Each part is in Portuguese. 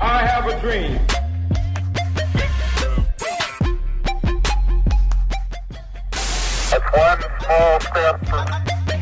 I have a dream. It's one small step for...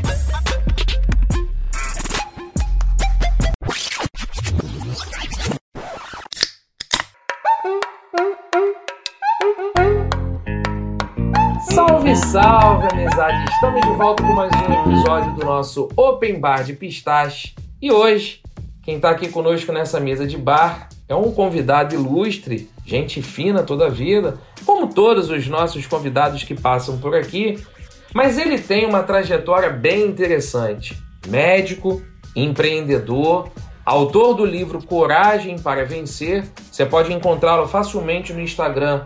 Salve, salve, amizade! Estamos de volta com mais um episódio do nosso Open Bar de Pistache. E hoje, quem está aqui conosco nessa mesa de bar é um convidado ilustre, gente fina toda a vida, como todos os nossos convidados que passam por aqui, mas ele tem uma trajetória bem interessante. Médico, empreendedor, autor do livro Coragem para Vencer. Você pode encontrá-lo facilmente no Instagram,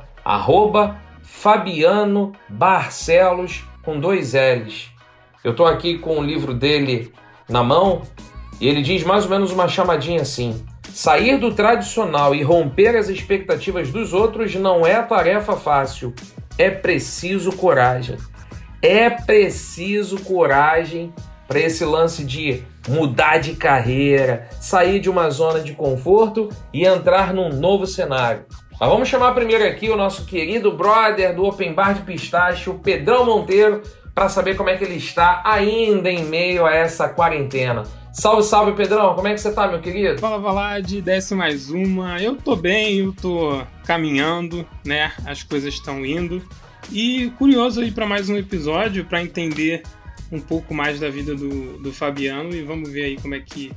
@Fabiano Barcelos, com 2 L's. Eu estou aqui com o livro dele na mão e ele diz mais ou menos uma chamadinha assim: sair do tradicional e romper as expectativas dos outros não é tarefa fácil, é preciso coragem. É preciso coragem para esse lance de mudar de carreira, sair de uma zona de conforto e entrar num novo cenário. Mas vamos chamar primeiro aqui o nosso querido brother do Open Bar de Pistache, o Pedrão Monteiro, para saber como é que ele está ainda em meio a essa quarentena. Salve, salve, Pedrão! Como é que você tá, meu querido? Fala, Valad, desce mais uma. Eu tô bem, eu tô caminhando, né? As coisas estão indo. E curioso aí para mais um episódio, para entender um pouco mais da vida do Fabiano, e vamos ver aí como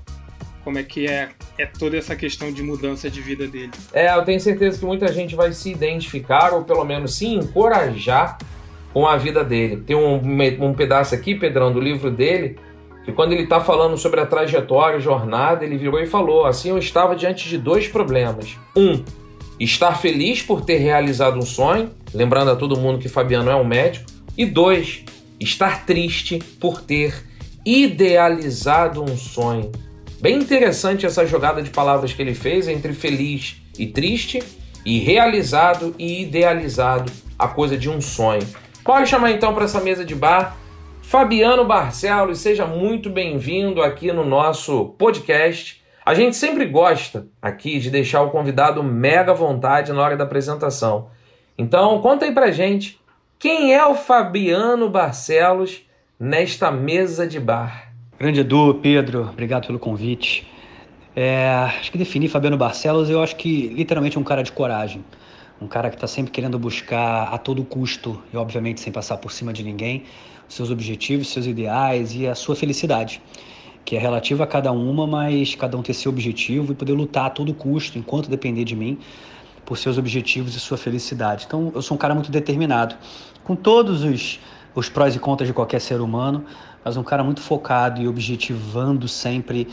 é que é toda essa questão de mudança de vida dele. Eu tenho certeza que muita gente vai se identificar, ou pelo menos se encorajar com a vida dele. Tem um pedaço aqui, Pedrão, do livro dele, que quando ele está falando sobre a trajetória, a jornada, ele virou e falou: assim, eu estava diante de 2 problemas. 1, estar feliz por ter realizado um sonho, lembrando a todo mundo que Fabiano é um médico. E 2, estar triste por ter idealizado um sonho. Bem interessante essa jogada de palavras que ele fez entre feliz e triste, e realizado e idealizado, a coisa de um sonho. Pode chamar então para essa mesa de bar Fabiano Barcelos, seja muito bem-vindo aqui no nosso podcast. A gente sempre gosta aqui de deixar o convidado mega à vontade na hora da apresentação. Então conta aí pra gente, quem é o Fabiano Barcelos nesta mesa de bar? Grande Edu, Pedro, obrigado pelo convite. Acho que definir Fabiano Barcelos, eu acho que literalmente é um cara de coragem. Um cara que está sempre querendo buscar a todo custo, e obviamente sem passar por cima de ninguém, os seus objetivos, seus ideais e a sua felicidade, que é relativa a cada uma, mas cada um ter seu objetivo e poder lutar a todo custo, enquanto depender de mim, por seus objetivos e sua felicidade. Então eu sou um cara muito determinado, com todos os prós e contras de qualquer ser humano, mas um cara muito focado e objetivando sempre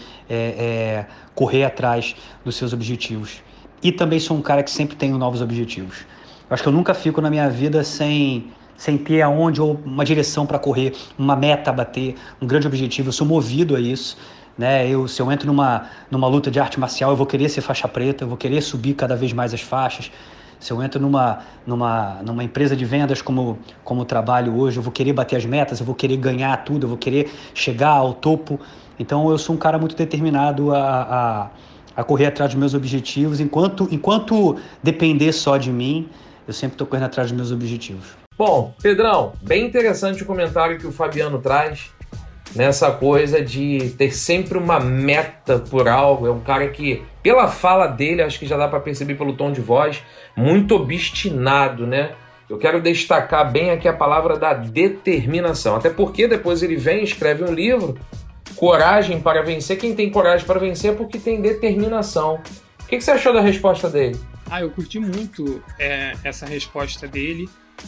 correr atrás dos seus objetivos. E também sou um cara que sempre tem novos objetivos. Eu acho que eu nunca fico na minha vida sem ter aonde ou uma direção para correr, uma meta a bater, um grande objetivo. Eu sou movido a isso, né? Se eu entro numa luta de arte marcial, eu vou querer ser faixa preta, eu vou querer subir cada vez mais as faixas. Se eu entro numa empresa de vendas como trabalho hoje, eu vou querer bater as metas, eu vou querer ganhar tudo, eu vou querer chegar ao topo. Então eu sou um cara muito determinado a correr atrás dos meus objetivos. Enquanto depender só de mim, eu sempre estou correndo atrás dos meus objetivos. Bom, Pedrão, bem interessante o comentário que o Fabiano traz nessa coisa de ter sempre uma meta por algo. É um cara que, pela fala dele, acho que já dá para perceber pelo tom de voz, muito obstinado, né? Eu quero destacar bem aqui a palavra da determinação, até porque depois ele vem e escreve um livro, Coragem para Vencer. Quem tem coragem para vencer é porque tem determinação. O que você achou da resposta dele? Eu curti muito essa resposta dele.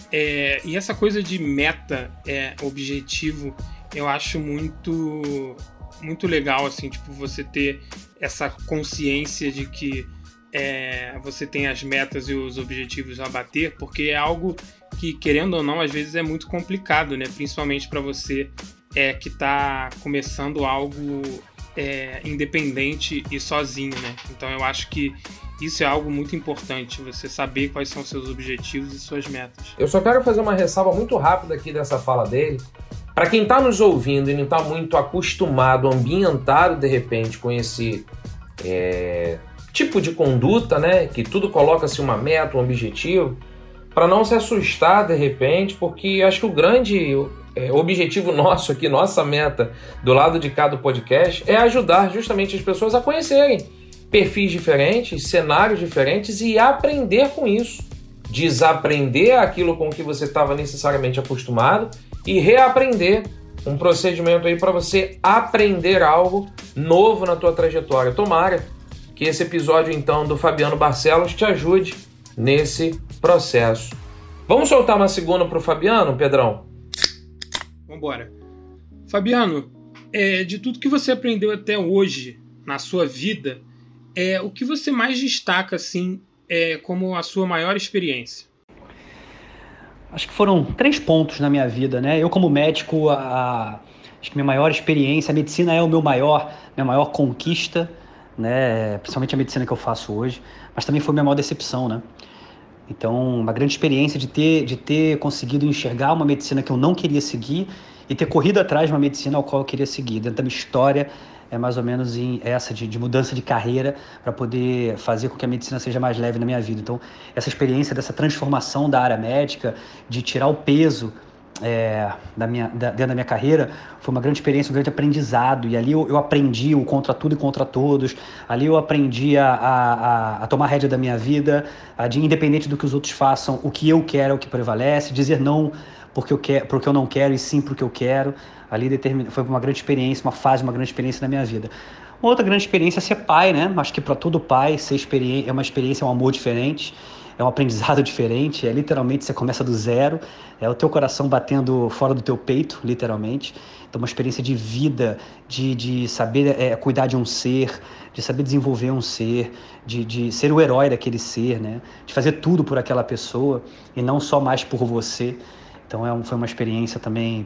E essa coisa de meta, objetivo, eu acho muito, muito legal, assim, tipo, você ter essa consciência de que você tem as metas e os objetivos a bater, porque é algo que, querendo ou não, às vezes é muito complicado, né? Principalmente para você que está começando algo independente e sozinho, né? Então eu acho que isso é algo muito importante, você saber quais são seus objetivos e suas metas. Eu só quero fazer uma ressalva muito rápida aqui dessa fala dele. Para quem está nos ouvindo e não está muito acostumado, ambientado de repente com esse tipo de conduta, né? Que tudo coloca-se uma meta, um objetivo, para não se assustar de repente, porque acho que o grande objetivo nosso aqui, nossa meta do lado de cá do podcast, é ajudar justamente as pessoas a conhecerem perfis diferentes, cenários diferentes e aprender com isso. Desaprender aquilo com que você estava necessariamente acostumado e reaprender um procedimento aí para você aprender algo novo na tua trajetória. Tomara que esse episódio então do Fabiano Barcelos te ajude nesse processo. Vamos soltar uma segunda para o Fabiano, Pedrão? Vambora. Fabiano, de tudo que você aprendeu até hoje na sua vida, o que você mais destaca assim, como a sua maior experiência? Acho que foram 3 pontos na minha vida, né? Eu como médico, acho que minha maior experiência, a medicina é minha maior conquista, né? Principalmente a medicina que eu faço hoje, mas também foi minha maior decepção, né? Então, uma grande experiência de ter conseguido enxergar uma medicina que eu não queria seguir e ter corrido atrás de uma medicina ao qual eu queria seguir. Dentro da minha história, é mais ou menos essa de mudança de carreira para poder fazer com que a medicina seja mais leve na minha vida. Então, essa experiência dessa transformação da área médica, de tirar o peso dentro da minha carreira, foi uma grande experiência, um grande aprendizado. E ali eu aprendi o contra tudo e contra todos. Ali eu aprendi a tomar rédea da minha vida, independente do que os outros façam, o que eu quero é o que prevalece, dizer não porque eu não quero e sim porque eu quero. Ali foi uma grande experiência, uma grande experiência na minha vida. Uma outra grande experiência é ser pai, né? Acho que para todo pai é uma experiência, é um amor diferente, é um aprendizado diferente, literalmente você começa do zero, é o teu coração batendo fora do teu peito, literalmente. Então uma experiência de vida, de saber cuidar de um ser, de saber desenvolver um ser, de ser o herói daquele ser, né? De fazer tudo por aquela pessoa e não só mais por você. Então foi uma experiência também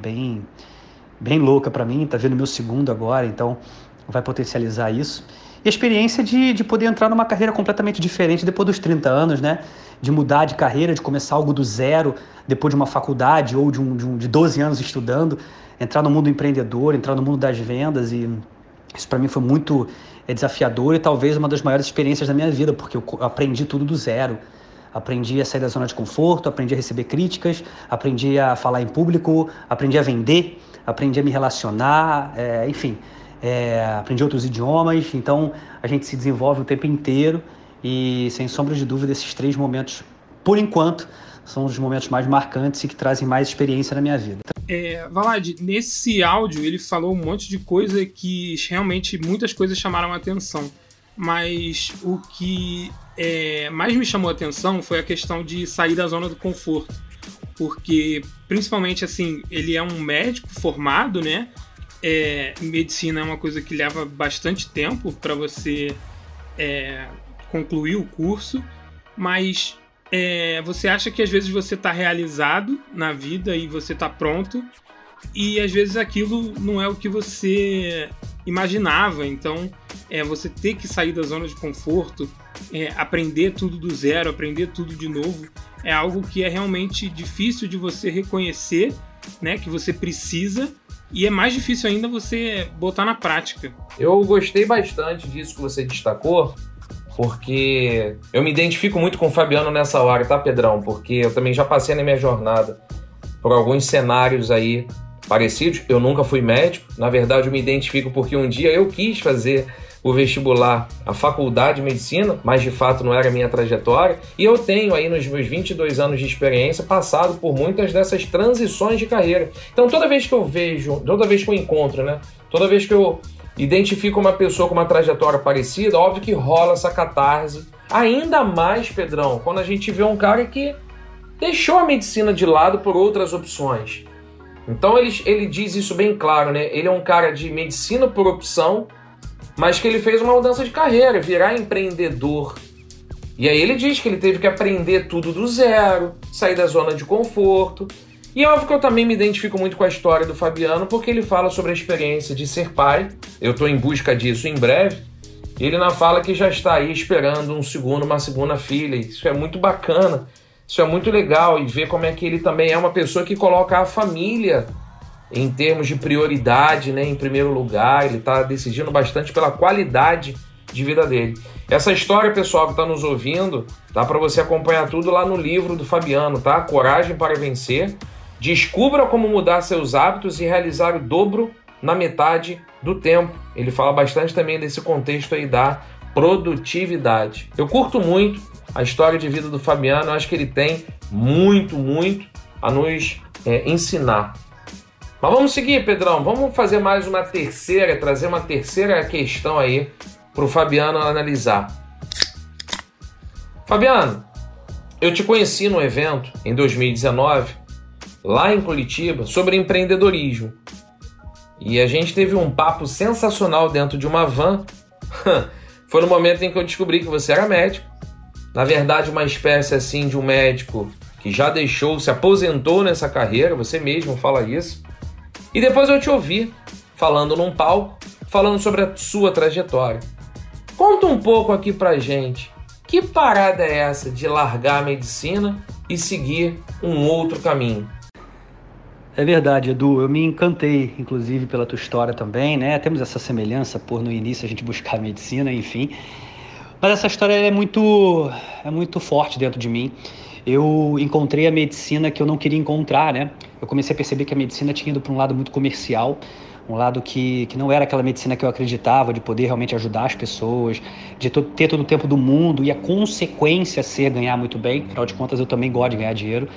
bem louca para mim, tá vendo meu segundo agora, então vai potencializar isso. E a experiência de poder entrar numa carreira completamente diferente depois dos 30 anos, né? De mudar de carreira, de começar algo do zero, depois de uma faculdade ou de 12 anos estudando, entrar no mundo empreendedor, entrar no mundo das vendas, e isso para mim foi muito desafiador e talvez uma das maiores experiências da minha vida, porque eu aprendi tudo do zero. Aprendi a sair da zona de conforto, aprendi a receber críticas, aprendi a falar em público, aprendi a vender, aprendi a me relacionar, enfim, aprendi outros idiomas. Então a gente se desenvolve o tempo inteiro e, sem sombra de dúvida, esses 3 momentos, por enquanto, são os momentos mais marcantes e que trazem mais experiência na minha vida. Valad, nesse áudio ele falou um monte de coisa que realmente muitas coisas chamaram a atenção, mas o que mais me chamou a atenção foi a questão de sair da zona do conforto, porque principalmente assim, ele é um médico formado, né? Medicina é uma coisa que leva bastante tempo para você concluir o curso, mas você acha que às vezes você está realizado na vida e você está pronto, e às vezes aquilo não é o que você imaginava. Então você ter que sair da zona de conforto, aprender tudo do zero, aprender tudo de novo, é algo que é realmente difícil de você reconhecer, né, que você precisa, e é mais difícil ainda você botar na prática. Eu gostei bastante disso que você destacou, porque eu me identifico muito com o Fabiano nessa hora, tá, Pedrão? Porque eu também já passei na minha jornada por alguns cenários aí parecidos. Eu nunca fui médico, na verdade eu me identifico porque um dia eu quis fazer o vestibular, a faculdade de medicina, mas de fato não era a minha trajetória, e eu tenho aí nos meus 22 anos de experiência passado por muitas dessas transições de carreira. Então toda vez que eu vejo, toda vez que eu encontro, né, toda vez que eu identifico uma pessoa com uma trajetória parecida, óbvio que rola essa catarse. Ainda mais, Pedrão, quando a gente vê um cara que deixou a medicina de lado por outras opções. Então ele diz isso bem claro, né? Ele é um cara de medicina por opção, mas que ele fez uma mudança de carreira, virar empreendedor. E aí ele diz que ele teve que aprender tudo do zero, sair da zona de conforto. E é óbvio que eu também me identifico muito com a história do Fabiano, porque ele fala sobre a experiência de ser pai. Eu estou em busca disso em breve. Ele na fala que já está aí esperando uma segunda filha. Isso é muito bacana, isso é muito legal. E ver como é que ele também é uma pessoa que coloca a família em termos de prioridade, né, em primeiro lugar. Ele está decidindo bastante pela qualidade de vida dele. Essa história, pessoal, que está nos ouvindo, dá para você acompanhar tudo lá no livro do Fabiano, tá? Coragem para Vencer. Descubra como mudar seus hábitos e realizar o dobro na metade do tempo. Ele fala bastante também desse contexto aí da produtividade. Eu curto muito a história de vida do Fabiano, eu acho que ele tem muito a nos ensinar. Mas vamos seguir, Pedrão, vamos fazer mais uma terceira, trazer uma terceira questão aí para o Fabiano analisar. Fabiano, eu te conheci no evento em 2019, lá em Curitiba, sobre empreendedorismo. E a gente teve um papo sensacional dentro de uma van. Foi no momento em que eu descobri que você era médico. Na verdade, uma espécie assim de um médico que já deixou, se aposentou nessa carreira, você mesmo fala isso. E depois eu te ouvi falando num palco, falando sobre a sua trajetória. Conta um pouco aqui pra gente, que parada é essa de largar a medicina e seguir um outro caminho? É verdade, Edu. Eu me encantei, inclusive, pela tua história também, né? Temos essa semelhança por no início a gente buscar a medicina, enfim. Mas essa história é muito forte dentro de mim. Eu encontrei a medicina que eu não queria encontrar, né? Eu comecei a perceber que a medicina tinha ido para um lado muito comercial, um lado que não era aquela medicina que eu acreditava, de poder realmente ajudar as pessoas, de ter todo o tempo do mundo e a consequência ser ganhar muito bem. Afinal de contas, eu também gosto de ganhar dinheiro.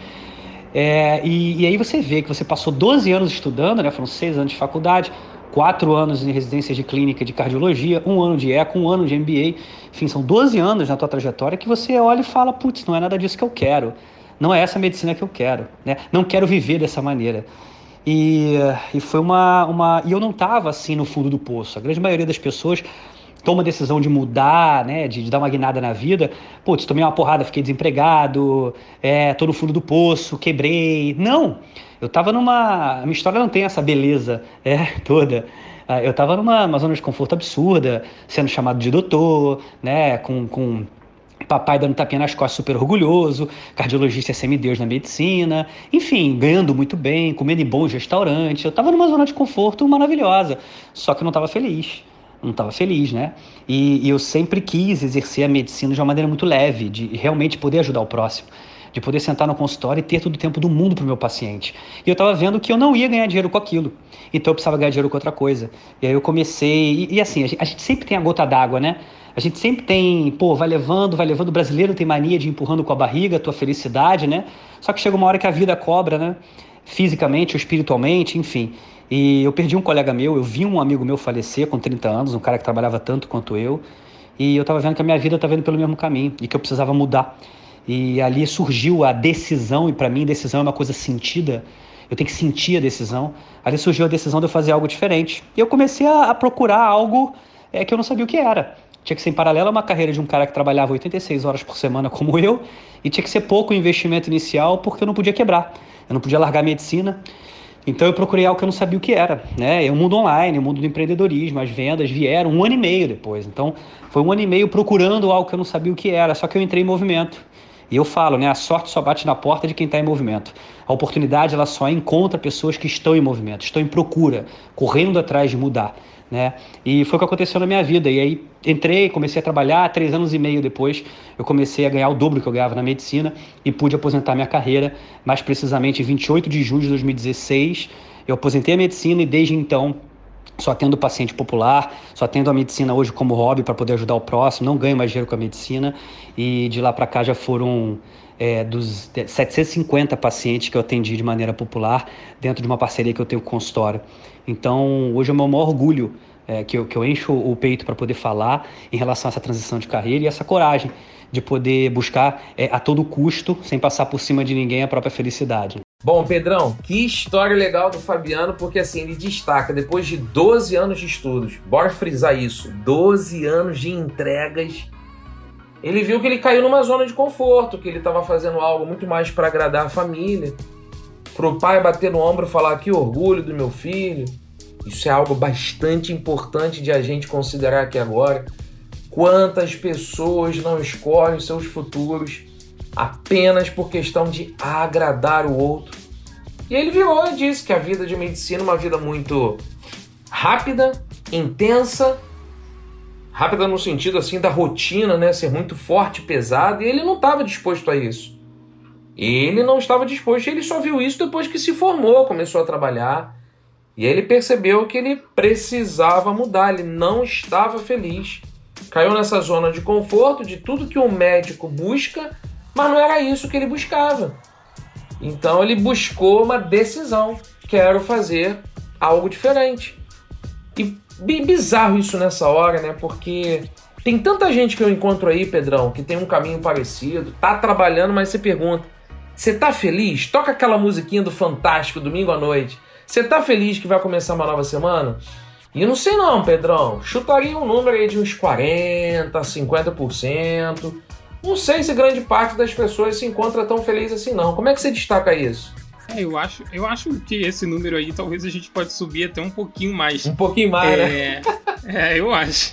E aí você vê que você passou 12 anos estudando, né? Foram 6 anos de faculdade, 4 anos em residência de clínica de cardiologia, 1 ano de eco, 1 ano de MBA. Enfim, são 12 anos na tua trajetória que você olha e fala, putz, não é nada disso que eu quero. Não é essa medicina que eu quero, né? Não quero viver dessa maneira. E foi E eu não estava assim no fundo do poço. A grande maioria das pessoas toma a decisão de mudar, né, de dar uma guinada na vida. Putz, tomei uma porrada, fiquei desempregado, tô no fundo do poço, quebrei. Não, eu tava A minha história não tem essa beleza toda. Eu tava numa zona de conforto absurda, sendo chamado de doutor, né, com papai dando tapinha nas costas, super orgulhoso, cardiologista semideus na medicina, enfim, ganhando muito bem, comendo em bons restaurantes. Eu tava numa zona de conforto maravilhosa, só que eu não tava feliz. Não estava feliz, né? E eu sempre quis exercer a medicina de uma maneira muito leve, de realmente poder ajudar o próximo, de poder sentar no consultório e ter todo o tempo do mundo para o meu paciente. E eu estava vendo que eu não ia ganhar dinheiro com aquilo, então eu precisava ganhar dinheiro com outra coisa. E aí eu comecei, e assim, a gente sempre tem a gota d'água, né? A gente sempre tem, vai levando, o brasileiro tem mania de ir empurrando com a barriga a tua felicidade, né? Só que chega uma hora que a vida cobra, né? Fisicamente ou espiritualmente, enfim. E eu perdi um colega meu, eu vi um amigo meu falecer com 30 anos, um cara que trabalhava tanto quanto eu, e eu estava vendo que a minha vida estava indo pelo mesmo caminho e que eu precisava mudar. E ali surgiu a decisão, e para mim decisão é uma coisa sentida, eu tenho que sentir a decisão. Ali surgiu a decisão de eu fazer algo diferente. E eu comecei a procurar algo que eu não sabia o que era. Tinha que ser em paralelo a uma carreira de um cara que trabalhava 86 horas por semana como eu, e tinha que ser pouco investimento inicial porque eu não podia quebrar, eu não podia largar a medicina. Então eu procurei algo que eu não sabia o que era, né? O mundo online, o mundo do empreendedorismo, as vendas vieram 1 ano e meio depois. Então foi 1 ano e meio procurando algo que eu não sabia o que era, só que eu entrei em movimento. E eu falo, né? A sorte só bate na porta de quem está em movimento. A oportunidade, ela só encontra pessoas que estão em movimento, estão em procura, correndo atrás de mudar, né? E foi o que aconteceu na minha vida. E aí entrei, comecei a trabalhar, 3 anos e meio depois eu comecei a ganhar o dobro que eu ganhava na medicina e pude aposentar minha carreira. Mais precisamente em 28 de junho de 2016 eu aposentei a medicina e desde então só atendo paciente popular, só atendo a medicina hoje como hobby para poder ajudar o próximo, não ganho mais dinheiro com a medicina. E de lá para cá já foram dos 750 pacientes que eu atendi de maneira popular dentro de uma parceria que eu tenho com o consultório. Então hoje é o meu maior orgulho que eu encho o peito para poder falar em relação a essa transição de carreira e essa coragem de poder buscar a todo custo, sem passar por cima de ninguém, a própria felicidade. Bom, Pedrão, que história legal do Fabiano, porque assim, ele destaca, depois de 12 anos de estudos, bora frisar isso, 12 anos de entregas, ele viu que ele caiu numa zona de conforto, que ele estava fazendo algo muito mais para agradar a família, pro pai bater no ombro e falar que orgulho do meu filho. Isso é algo bastante importante de a gente considerar aqui agora. Quantas pessoas não escolhem seus futuros apenas por questão de agradar o outro? E ele virou e disse que a vida de medicina é uma vida muito rápida, intensa, Rápida no sentido assim da rotina, né? Ser muito forte, pesado, e ele não estava disposto a isso. Ele não estava disposto, ele só viu isso depois que se formou, começou a trabalhar. E ele percebeu que ele precisava mudar, ele não estava feliz. Caiu nessa zona de conforto, de tudo que um médico busca, mas não era isso que ele buscava. Então ele buscou uma decisão, quero fazer algo diferente. E bizarro isso nessa hora, né? Porque tem tanta gente que eu encontro aí, Pedrão, que tem um caminho parecido, tá trabalhando, mas você pergunta, você tá feliz? Toca aquela musiquinha do Fantástico, domingo à noite. Você tá feliz que vai começar uma nova semana? E eu não sei não, Pedrão. Chutaria um número aí de uns 40%, 50%. Não sei se grande parte das pessoas se encontra tão feliz assim não. Como é que você destaca isso? Eu acho que esse número aí talvez a gente pode subir até um pouquinho mais. Um pouquinho mais, né? Eu acho.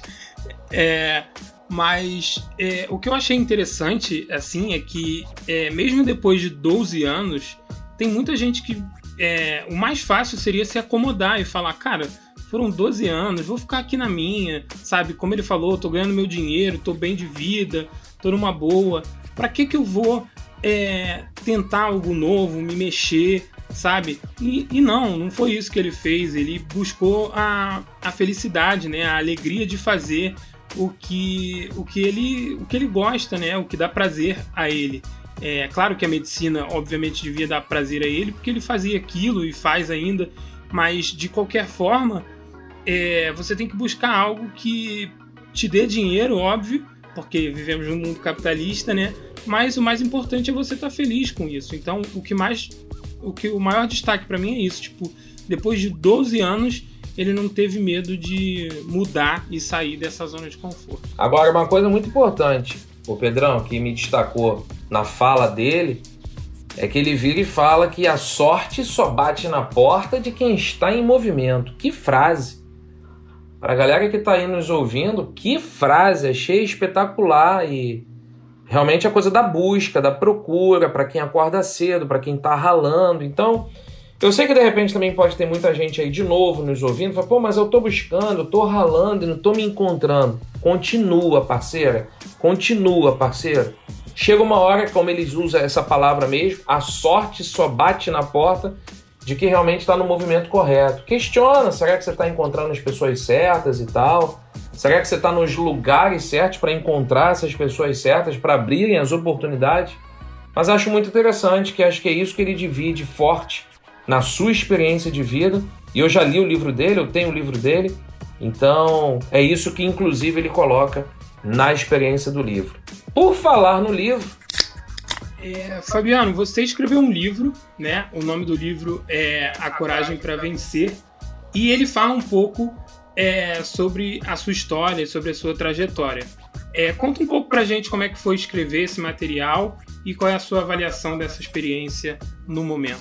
Mas o que eu achei interessante, assim, é que mesmo depois de 12 anos, tem muita gente que o mais fácil seria se acomodar e falar, cara, foram 12 anos, vou ficar aqui na minha, sabe? Como ele falou, tô ganhando meu dinheiro, tô bem de vida, tô numa boa. Pra que eu vou tentar algo novo, me mexer, sabe? E não foi isso que ele fez. Ele buscou a felicidade, né? A alegria de fazer o que ele gosta, né? O que dá prazer a ele. É claro que a medicina, obviamente, devia dar prazer a ele, porque ele fazia aquilo e faz ainda, mas de qualquer forma, você tem que buscar algo que te dê dinheiro, óbvio, porque vivemos num mundo capitalista, né? Mas o mais importante é você estar feliz com isso. Então, o maior destaque para mim é isso. Tipo, depois de 12 anos, ele não teve medo de mudar e sair dessa zona de conforto. Agora, uma coisa muito importante, o Pedrão, que me destacou na fala dele, é que ele vira e fala que a sorte só bate na porta de quem está em movimento. Que frase! Para a galera que está aí nos ouvindo, que frase! Achei espetacular e realmente a coisa da busca, da procura, para quem acorda cedo, para quem está ralando. Então, eu sei que de repente também pode ter muita gente aí de novo nos ouvindo, fala, pô, mas eu tô buscando, eu tô ralando e não tô me encontrando. Continua, parceira. Continua, parceiro. Chega uma hora, como eles usam essa palavra mesmo, a sorte só bate na porta de que realmente está no movimento correto. Questiona, será que você está encontrando as pessoas certas e tal? Será que você está nos lugares certos para encontrar essas pessoas certas, para abrirem as oportunidades? Mas acho muito interessante, que acho que é isso que ele divide forte na sua experiência de vida. E eu já li o livro dele, eu tenho o livro dele. Então, é isso que inclusive ele coloca na experiência do livro. Por falar no livro... Fabiano, você escreveu um livro, né? O nome do livro é A Coragem para Vencer. E ele fala um pouco sobre a sua história, sobre a sua trajetória. Conta um pouco pra gente como é que foi escrever esse material e qual é a sua avaliação dessa experiência no momento.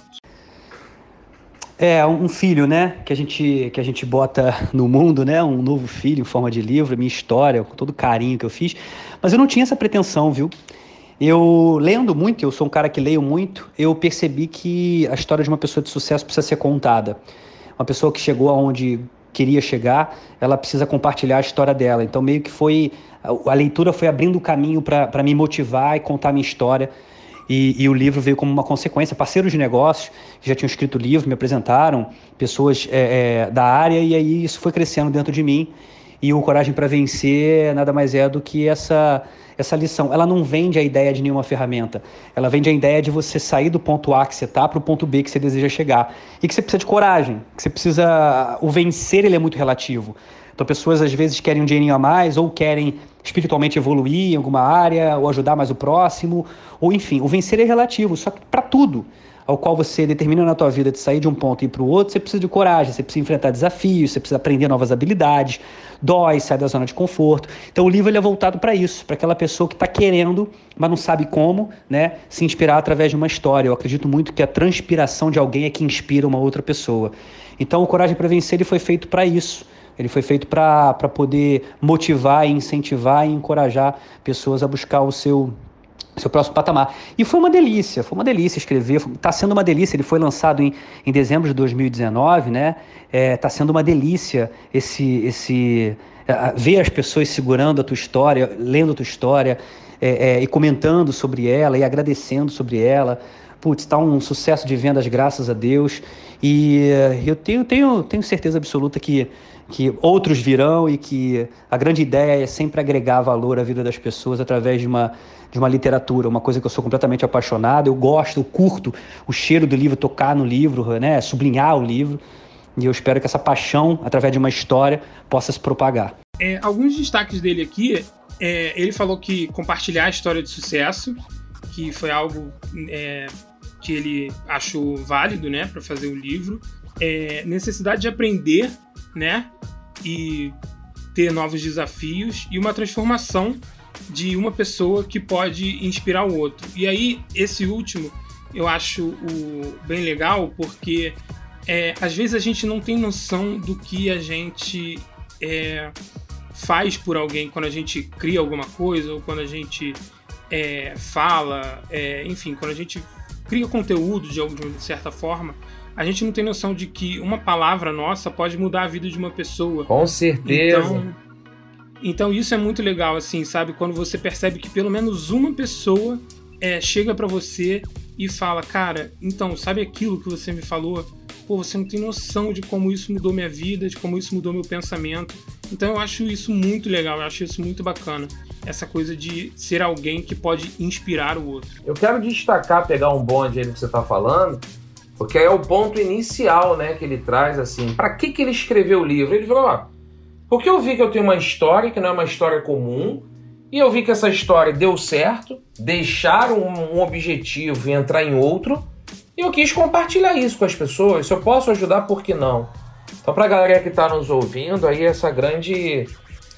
Um filho, né, que a gente bota no mundo, né, um novo filho em forma de livro, minha história, com todo o carinho que eu fiz, mas eu não tinha essa pretensão, viu? Eu, lendo muito, eu sou um cara que leio muito, eu percebi que a história de uma pessoa de sucesso precisa ser contada. Uma pessoa que chegou aonde queria chegar, ela precisa compartilhar a história dela. Então, meio que a leitura foi abrindo o caminho para me motivar e contar a minha história. E o livro veio como uma consequência. Parceiros de negócios que já tinham escrito o livro, me apresentaram, pessoas da área, e aí isso foi crescendo dentro de mim. E o Coragem para Vencer nada mais é do que essa lição. Ela não vende a ideia de nenhuma ferramenta. Ela vende a ideia de você sair do ponto A que você está para o ponto B que você deseja chegar. E que você precisa de coragem, que você precisa... O vencer, ele é muito relativo. Então, pessoas às vezes querem um dinheirinho a mais, ou querem espiritualmente evoluir em alguma área, ou ajudar mais o próximo, ou enfim, o vencer é relativo, só que para tudo ao qual você determina na tua vida de sair de um ponto e ir para o outro, você precisa de coragem, você precisa enfrentar desafios, você precisa aprender novas habilidades, dói, sai da zona de conforto. Então o livro ele é voltado para isso, para aquela pessoa que está querendo, mas não sabe como, né, se inspirar através de uma história. Eu acredito muito que a transpiração de alguém é que inspira uma outra pessoa. Então o Coragem para Vencer ele foi feito para isso. Ele foi feito para poder motivar, incentivar e encorajar pessoas a buscar o seu próximo patamar. E foi uma delícia escrever, está sendo uma delícia, ele foi lançado em dezembro de 2019, né? Está sendo uma delícia ver as pessoas segurando a tua história, lendo a tua história, e comentando sobre ela e agradecendo sobre ela. Putz, está um sucesso de vendas, graças a Deus. E eu tenho certeza absoluta que outros virão e que a grande ideia é sempre agregar valor à vida das pessoas através de uma literatura, uma coisa que eu sou completamente apaixonado. Eu gosto, eu curto o cheiro do livro, tocar no livro, né, sublinhar o livro. E eu espero que essa paixão, através de uma história, possa se propagar. Alguns destaques dele aqui, ele falou que compartilhar a história de sucesso, que foi algo que ele achou válido, né, para fazer o livro. Necessidade de aprender, né, e ter novos desafios e uma transformação de uma pessoa que pode inspirar o outro. E aí, esse último, eu acho bem legal, porque às vezes a gente não tem noção do que a gente faz por alguém quando a gente cria alguma coisa, ou quando a gente fala, enfim, quando a gente cria conteúdo de certa forma, a gente não tem noção de que uma palavra nossa pode mudar a vida de uma pessoa. Com certeza. Então isso é muito legal, assim, sabe? Quando você percebe que pelo menos uma pessoa chega pra você e fala, cara, então, sabe aquilo que você me falou? Pô, você não tem noção de como isso mudou minha vida, de como isso mudou meu pensamento. Então eu acho isso muito legal, eu acho isso muito bacana. Essa coisa de ser alguém que pode inspirar o outro. Eu quero destacar, pegar um bonde aí do que você está falando, porque é o ponto inicial, né, que ele traz, assim. Para que ele escreveu o livro? Ele falou, porque eu vi que eu tenho uma história que não é uma história comum, e eu vi que essa história deu certo, deixar um objetivo e entrar em outro, e eu quis compartilhar isso com as pessoas. Se eu posso ajudar, por que não? Então, para a galera que está nos ouvindo, aí essa grande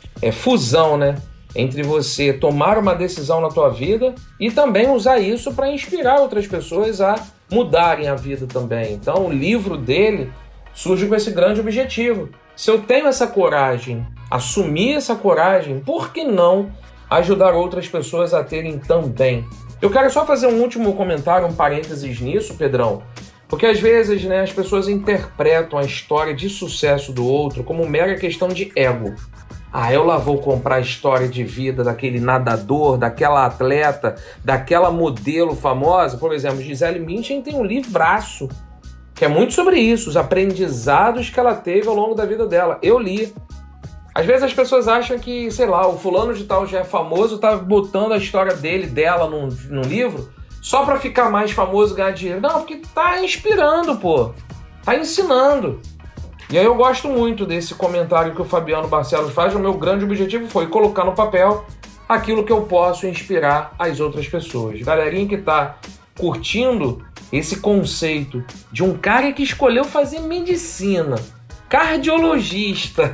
fusão, né, entre você tomar uma decisão na tua vida e também usar isso para inspirar outras pessoas a mudarem a vida também. Então, o livro dele surge com esse grande objetivo. Se eu tenho essa coragem, assumir essa coragem, por que não ajudar outras pessoas a terem também? Eu quero só fazer um último comentário, um parênteses nisso, Pedrão, porque às vezes, né, as pessoas interpretam a história de sucesso do outro como mera questão de ego. Eu lá vou comprar a história de vida daquele nadador, daquela atleta, daquela modelo famosa. Por exemplo, Gisele Bündchen tem um livraço que é muito sobre isso, os aprendizados que ela teve ao longo da vida dela. Eu li. Às vezes as pessoas acham que, sei lá, o fulano de tal já é famoso, tá botando a história dela num livro só pra ficar mais famoso e ganhar dinheiro. Não, porque tá inspirando, pô. Tá ensinando. E aí eu gosto muito desse comentário que o Fabiano Barcelos faz. O meu grande objetivo foi colocar no papel aquilo que eu posso inspirar as outras pessoas. Galerinha que tá curtindo esse conceito de um cara que escolheu fazer medicina, cardiologista,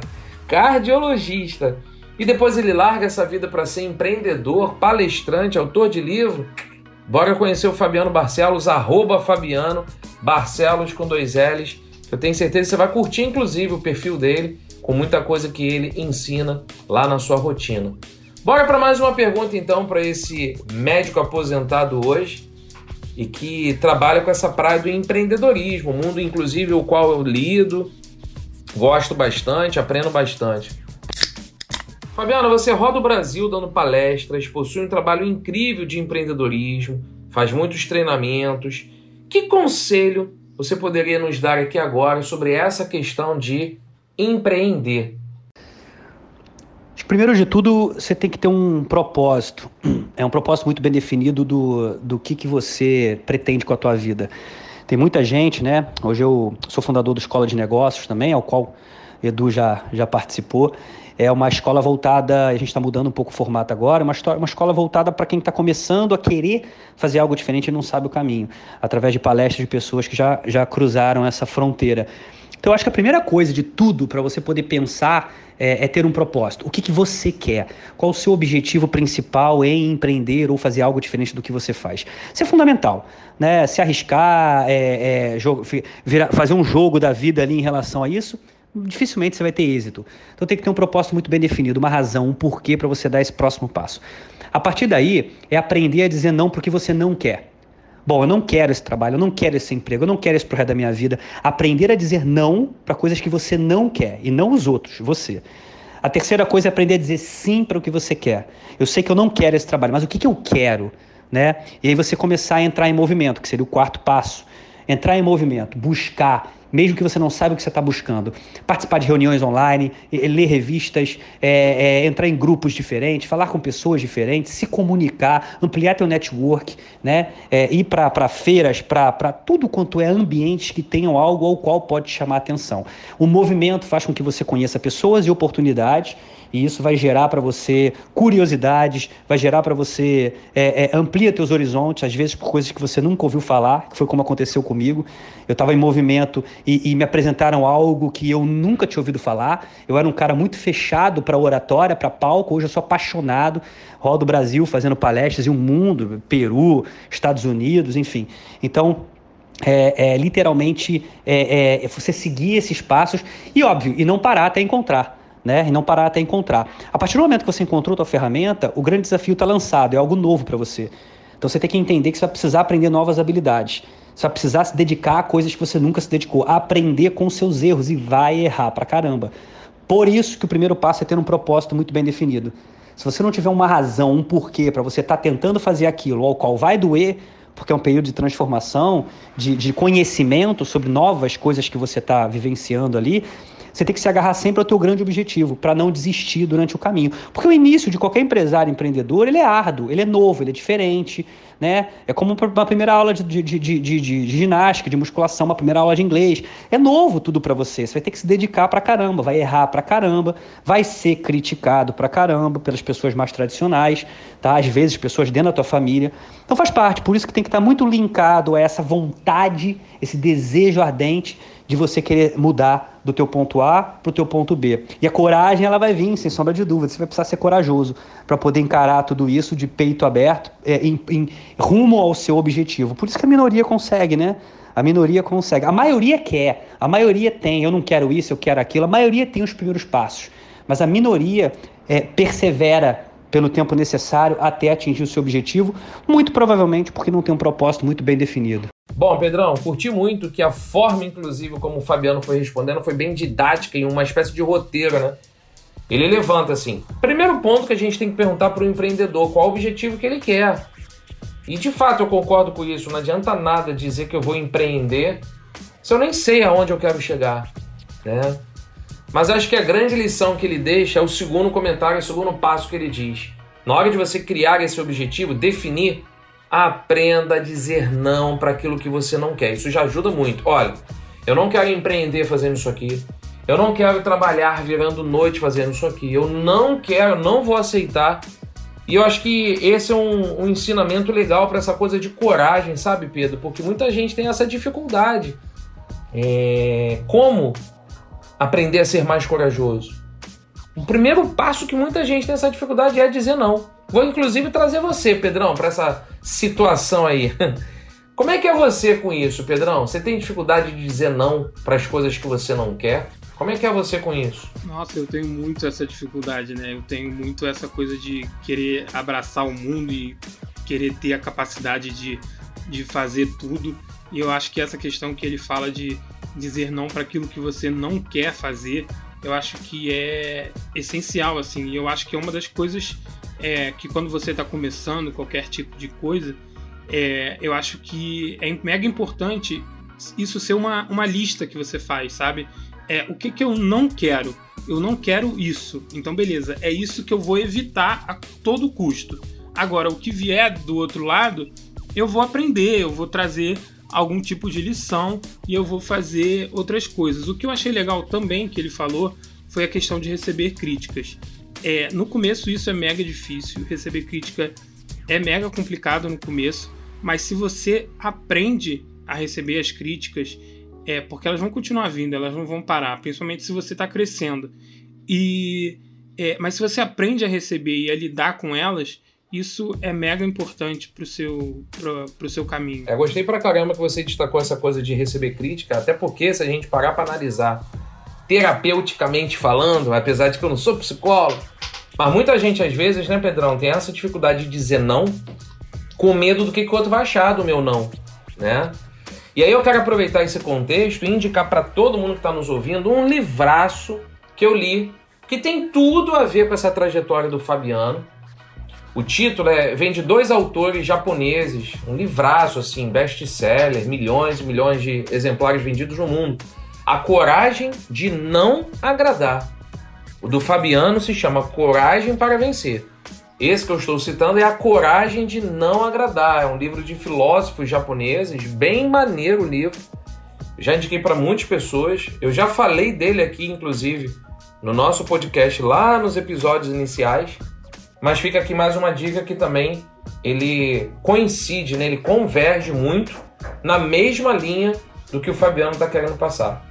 e depois ele larga essa vida para ser empreendedor, palestrante, autor de livro. Bora conhecer o Fabiano Barcelos, @Fabiano Barcelos com 2 L's. Eu tenho certeza que você vai curtir, inclusive, o perfil dele, com muita coisa que ele ensina lá na sua rotina. Bora para mais uma pergunta, então, para esse médico aposentado hoje e que trabalha com essa praia do empreendedorismo, um mundo, inclusive, o qual eu lido, gosto bastante, aprendo bastante. Fabiano, você roda o Brasil dando palestras, possui um trabalho incrível de empreendedorismo, faz muitos treinamentos. Que conselho você poderia nos dar aqui agora sobre essa questão de empreender? Primeiro de tudo, você tem que ter um propósito. É um propósito muito bem definido do que você pretende com a tua vida. Tem muita gente, né? Hoje eu sou fundador do Escola de Negócios também, ao qual Edu já participou. É uma escola voltada, a gente está mudando um pouco o formato agora, uma escola voltada para quem está começando a querer fazer algo diferente e não sabe o caminho, através de palestras de pessoas que já cruzaram essa fronteira. Então eu acho que a primeira coisa de tudo para você poder pensar é ter um propósito. O que você quer? Qual o seu objetivo principal em empreender ou fazer algo diferente do que você faz? Isso é fundamental, né? Se arriscar, fazer um jogo da vida ali em relação a isso, dificilmente você vai ter êxito. Então tem que ter um propósito muito bem definido, uma razão, um porquê para você dar esse próximo passo. A partir daí, é aprender a dizer não para o que você não quer. Bom, eu não quero esse trabalho, eu não quero esse emprego, eu não quero esse projeto da minha vida. Aprender a dizer não para coisas que você não quer, e não os outros, você. A terceira coisa é aprender a dizer sim para o que você quer. Eu sei que eu não quero esse trabalho, mas o que eu quero? Né? E aí você começar a entrar em movimento, que seria o quarto passo. Entrar em movimento, buscar, mesmo que você não saiba o que você está buscando. Participar de reuniões online, ler revistas, entrar em grupos diferentes, falar com pessoas diferentes, se comunicar, ampliar teu network, né? Ir para feiras, para tudo quanto é ambientes que tenham algo ao qual pode chamar a atenção. O movimento faz com que você conheça pessoas e oportunidades, e isso vai gerar para você curiosidades, vai gerar para você, amplia teus horizontes, às vezes por coisas que você nunca ouviu falar, que foi como aconteceu comigo. Eu estava em movimento e me apresentaram algo que eu nunca tinha ouvido falar. Eu era um cara muito fechado para oratória, para palco. Hoje eu sou apaixonado, rodo o Brasil fazendo palestras e o mundo, Peru, Estados Unidos, enfim. Então, literalmente, você seguir esses passos e, óbvio, e não parar até encontrar. Né? E não parar até encontrar. A partir do momento que você encontrou a tua ferramenta, o grande desafio está lançado, é algo novo para você. Então você tem que entender que você vai precisar aprender novas habilidades. Você vai precisar se dedicar a coisas que você nunca se dedicou, a aprender com os seus erros, e vai errar pra caramba. Por isso que o primeiro passo é ter um propósito muito bem definido. Se você não tiver uma razão, um porquê para você estar tentando fazer aquilo, ao qual vai doer, porque é um período de transformação, de conhecimento sobre novas coisas que você está vivenciando ali, você tem que se agarrar sempre ao teu grande objetivo, para não desistir durante o caminho. Porque o início de qualquer empresário empreendedor, ele é árduo, ele é novo, ele é diferente, né? É como uma primeira aula de ginástica, de musculação, uma primeira aula de inglês. É novo tudo para você, você vai ter que se dedicar pra caramba, vai errar pra caramba, vai ser criticado pra caramba pelas pessoas mais tradicionais, tá? Às vezes pessoas dentro da tua família. Então faz parte, por isso que tem que estar muito linkado a essa vontade, esse desejo ardente de você querer mudar do teu ponto A para o teu ponto B. E a coragem, ela vai vir, sem sombra de dúvida. Você vai precisar ser corajoso para poder encarar tudo isso de peito aberto, em rumo ao seu objetivo. Por isso que a minoria consegue, né? A minoria consegue. A maioria quer, a maioria tem. Eu não quero isso, eu quero aquilo. A maioria tem os primeiros passos. Mas a minoria persevera pelo tempo necessário até atingir o seu objetivo, muito provavelmente porque não tem um propósito muito bem definido. Bom, Pedrão, curti muito que a forma, inclusive, como o Fabiano foi respondendo, foi bem didática, em uma espécie de roteiro, né? Ele levanta assim, primeiro ponto que a gente tem que perguntar para o empreendedor, qual o objetivo que ele quer. E de fato eu concordo com isso, não adianta nada dizer que eu vou empreender se eu nem sei aonde eu quero chegar, né? Mas acho que a grande lição que ele deixa é o segundo comentário, o segundo passo que ele diz. Na hora de você criar esse objetivo, definir, aprenda a dizer não para aquilo que você não quer. Isso já ajuda muito. Olha, eu não quero empreender fazendo isso aqui. Eu não quero trabalhar virando noite fazendo isso aqui. Eu não quero, não vou aceitar. E eu acho que esse é um ensinamento legal para essa coisa de coragem, sabe, Pedro? Porque muita gente tem essa dificuldade. Como aprender a ser mais corajoso? O primeiro passo que muita gente tem essa dificuldade é dizer não. Vou inclusive trazer você, Pedrão, para essa situação aí. Como é que é você com isso, Pedrão? Você tem dificuldade de dizer não para as coisas que você não quer? Como é que é você com isso? Nossa, eu tenho muito essa dificuldade, né? Eu tenho muito essa coisa de querer abraçar o mundo e querer ter a capacidade de fazer tudo. E eu acho que essa questão que ele fala de dizer não para aquilo que você não quer fazer, eu acho que é essencial, assim. E eu acho que é uma das coisas que quando você está começando qualquer tipo de coisa, eu acho que é mega importante isso ser uma lista que você faz, sabe? O que eu não quero? Eu não quero isso. Então, beleza, é isso que eu vou evitar a todo custo. Agora, o que vier do outro lado, eu vou aprender, eu vou trazer algum tipo de lição e eu vou fazer outras coisas. O que eu achei legal também que ele falou foi a questão de receber críticas. No começo isso é mega difícil, receber crítica é mega complicado no começo, mas se você aprende a receber as críticas, porque elas vão continuar vindo, elas não vão parar, principalmente se você está crescendo. Mas se você aprende a receber e a lidar com elas, isso é mega importante pro seu caminho. Gostei pra caramba que você destacou essa coisa de receber crítica, até porque se a gente parar para analisar terapeuticamente falando, apesar de que eu não sou psicólogo, mas muita gente às vezes, né, Pedrão, tem essa dificuldade de dizer não com medo do que o outro vai achar do meu não, né? E aí eu quero aproveitar esse contexto e indicar para todo mundo que está nos ouvindo um livraço que eu li, que tem tudo a ver com essa trajetória do Fabiano. O título vem de 2 autores japoneses, um livraço assim, best-seller, milhões e milhões de exemplares vendidos no mundo. A Coragem de Não Agradar. O do Fabiano se chama Coragem para Vencer. Esse que eu estou citando é A Coragem de Não Agradar. É um livro de filósofos japoneses, bem maneiro o livro. Já indiquei para muitas pessoas. Eu já falei dele aqui, inclusive, no nosso podcast, lá nos episódios iniciais. Mas fica aqui mais uma dica que também ele coincide, né? Ele converge muito na mesma linha do que o Fabiano está querendo passar.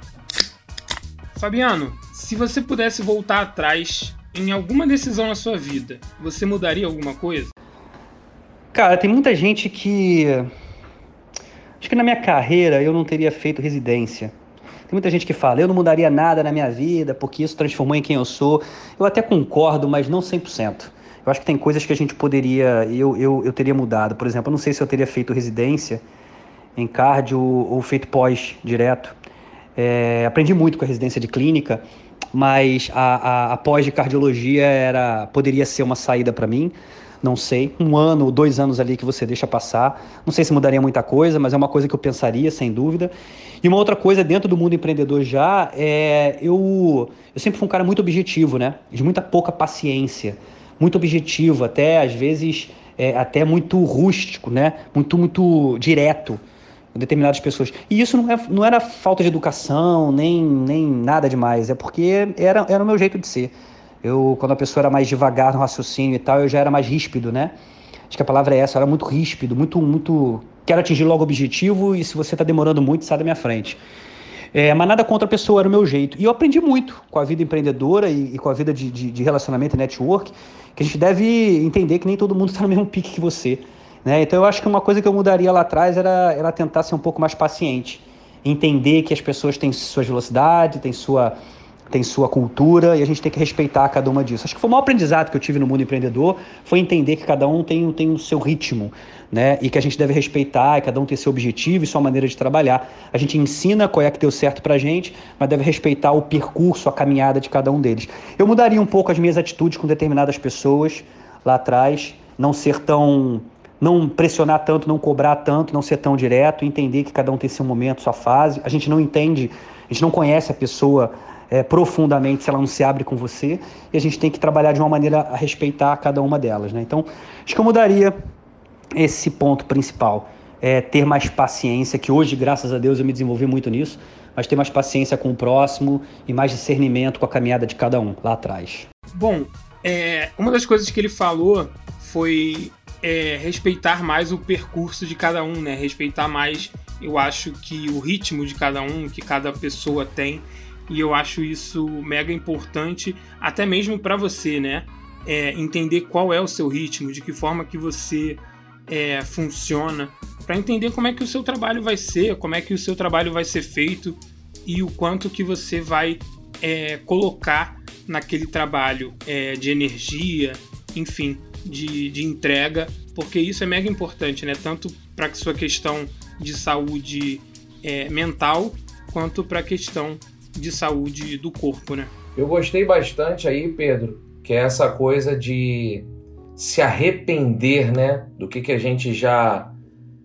Fabiano, se você pudesse voltar atrás em alguma decisão na sua vida, você mudaria alguma coisa? Cara, tem muita gente que... Acho que na minha carreira eu não teria feito residência. Tem muita gente que fala, eu não mudaria nada na minha vida porque isso transformou em quem eu sou. Eu até concordo, mas não 100%. Eu acho que tem coisas que a gente poderia... Eu teria mudado. Por exemplo, eu não sei se eu teria feito residência em cardio ou feito pós direto. Aprendi muito com a residência de clínica, mas a pós de cardiologia poderia ser uma saída para mim. Não sei, 1 ano ou 2 anos ali que você deixa passar. Não sei se mudaria muita coisa, mas é uma coisa que eu pensaria, sem dúvida. E uma outra coisa dentro do mundo empreendedor eu sempre fui um cara muito objetivo, né? De muita pouca paciência. Muito objetivo, até às vezes até muito rústico, né? Muito direto com determinadas pessoas. E isso não era falta de educação, nem nada demais. É porque era o meu jeito de ser. Quando a pessoa era mais devagar no raciocínio e tal, eu já era mais ríspido, né? Acho que a palavra é essa, eu era muito ríspido, muito... Quero atingir logo o objetivo e se você está demorando muito, sai da minha frente. Mas nada contra a pessoa, era o meu jeito. E eu aprendi muito com a vida empreendedora e com a vida de relacionamento e network, que a gente deve entender que nem todo mundo está no mesmo pique que você, né? Então eu acho que uma coisa que eu mudaria lá atrás era tentar ser um pouco mais paciente. Entender que as pessoas têm suas velocidades, têm sua cultura e a gente tem que respeitar cada uma disso. Acho que foi o maior aprendizado que eu tive no mundo empreendedor, foi entender que cada um tem o seu ritmo, né? E que a gente deve respeitar, e cada um tem seu objetivo e sua maneira de trabalhar. A gente ensina qual é que deu certo pra gente, mas deve respeitar o percurso, a caminhada de cada um deles. Eu mudaria um pouco as minhas atitudes com determinadas pessoas lá atrás, não pressionar tanto, não cobrar tanto, não ser tão direto, entender que cada um tem seu momento, sua fase. A gente não conhece a pessoa profundamente se ela não se abre com você, e a gente tem que trabalhar de uma maneira a respeitar cada uma delas, né? Então, acho que eu mudaria esse ponto principal, ter mais paciência, que hoje, graças a Deus, eu me desenvolvi muito nisso, mas ter mais paciência com o próximo e mais discernimento com a caminhada de cada um lá atrás. Bom, uma das coisas que ele falou foi respeitar mais o percurso de cada um, né? Respeitar mais, eu acho, que o ritmo de cada um, que cada pessoa tem. E eu acho isso mega importante, até mesmo para você, né? Entender qual é o seu ritmo, de que forma que você funciona, para entender como é que o seu trabalho vai ser, como é que o seu trabalho vai ser feito e o quanto que você vai colocar naquele trabalho de energia, enfim, de entrega, porque isso é mega importante, né? Tanto para a sua questão de saúde mental, quanto para a questão de saúde do corpo, né? Eu gostei bastante aí, Pedro, que é essa coisa de se arrepender, né, do que a gente já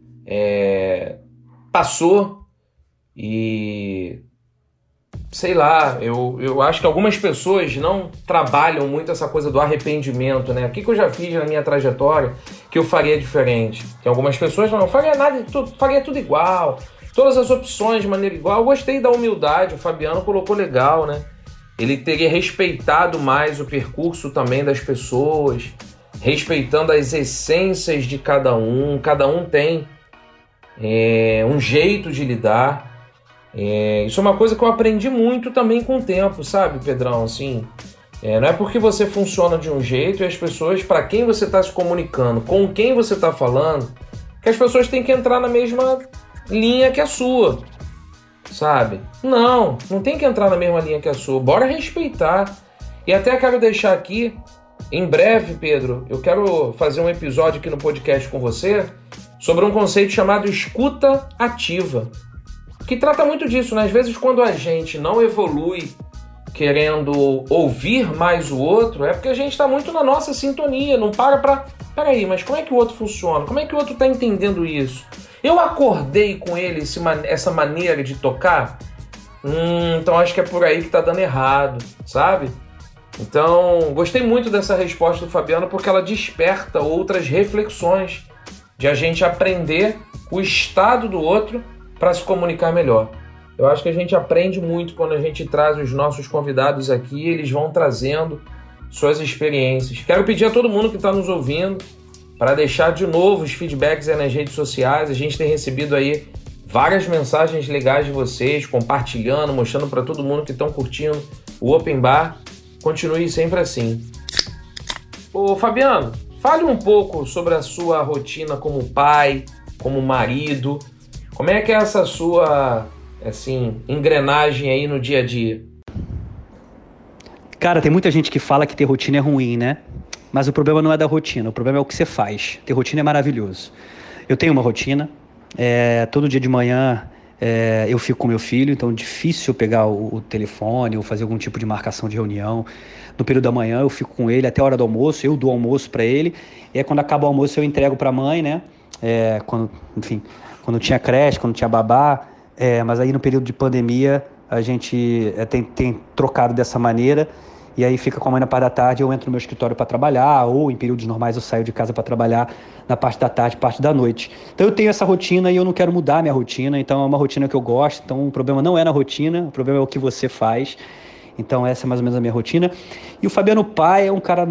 passou e sei lá, eu acho que algumas pessoas não trabalham muito essa coisa do arrependimento, né? O que eu já fiz na minha trajetória que eu faria diferente? Tem algumas pessoas não faria nada, faria tudo igual, todas as opções de maneira igual. Eu gostei da humildade, o Fabiano colocou legal, né? Ele teria respeitado mais o percurso também das pessoas, respeitando as essências de cada um tem um jeito de lidar. Isso é uma coisa que eu aprendi muito também com o tempo, sabe, Pedrão? Assim, não é porque você funciona de um jeito e as pessoas, para quem você está se comunicando, com quem você está falando, que as pessoas têm que entrar na mesma linha que a sua, sabe? Não tem que entrar na mesma linha que a sua. Bora respeitar. E até quero deixar aqui, em breve, Pedro, eu quero fazer um episódio aqui no podcast com você sobre um conceito chamado escuta ativa, que trata muito disso, né? Às vezes, quando a gente não evolui, querendo ouvir mais o outro, é porque a gente está muito na nossa sintonia, não peraí, mas como é que o outro funciona? Como é que o outro está entendendo isso? Eu acordei com ele essa maneira de tocar? Então acho que é por aí que está dando errado, sabe? Então, gostei muito dessa resposta do Fabiano, porque ela desperta outras reflexões de a gente aprender o estado do outro para se comunicar melhor. Eu acho que a gente aprende muito quando a gente traz os nossos convidados aqui, eles vão trazendo suas experiências. Quero pedir a todo mundo que está nos ouvindo para deixar de novo os feedbacks aí nas redes sociais. A gente tem recebido aí várias mensagens legais de vocês, compartilhando, mostrando para todo mundo que estão curtindo o Open Bar. Continue sempre assim. Ô Fabiano, fale um pouco sobre a sua rotina como pai, como marido. Como é que é essa sua, assim, engrenagem aí no dia a dia? Cara, tem muita gente que fala que ter rotina é ruim, né? Mas o problema não é da rotina, o problema é o que você faz. Ter rotina é maravilhoso. Eu tenho uma rotina, todo dia de manhã eu fico com meu filho, então é difícil eu pegar o telefone ou fazer algum tipo de marcação de reunião. No período da manhã eu fico com ele até a hora do almoço, eu dou almoço para ele, e aí quando acaba o almoço eu entrego para a mãe, né? Quando tinha creche, quando tinha babá, mas aí no período de pandemia a gente tem trocado dessa maneira, e aí fica com a mãe na parte da tarde, eu entro no meu escritório para trabalhar, ou em períodos normais eu saio de casa para trabalhar na parte da tarde, parte da noite. Então eu tenho essa rotina e eu não quero mudar a minha rotina, então é uma rotina que eu gosto, então o problema não é na rotina, o problema é o que você faz. Então essa é mais ou menos a minha rotina. E o Fabiano pai é um cara,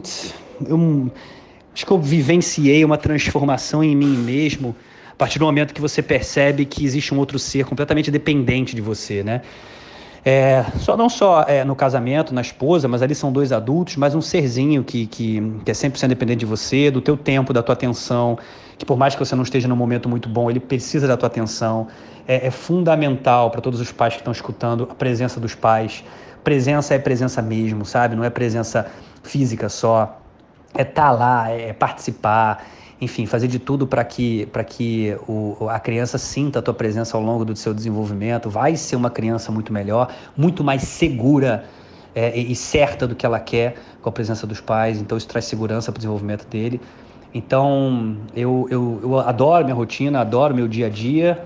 acho que eu vivenciei uma transformação em mim mesmo, a partir do momento que você percebe que existe um outro ser completamente dependente de você, né? Não só no casamento, na esposa, mas ali são dois adultos, mas um serzinho que é 100% dependente de você, do teu tempo, da tua atenção, que por mais que você não esteja num momento muito bom, ele precisa da tua atenção. É fundamental para todos os pais que estão escutando a presença dos pais. Presença é presença mesmo, sabe? Não é presença física só. É estar lá, é participar, enfim, fazer de tudo para que a criança sinta a tua presença ao longo do seu desenvolvimento. Vai ser uma criança muito melhor, muito mais segura e certa do que ela quer com a presença dos pais. Então isso traz segurança para o desenvolvimento dele. Então eu adoro minha rotina, adoro meu dia a dia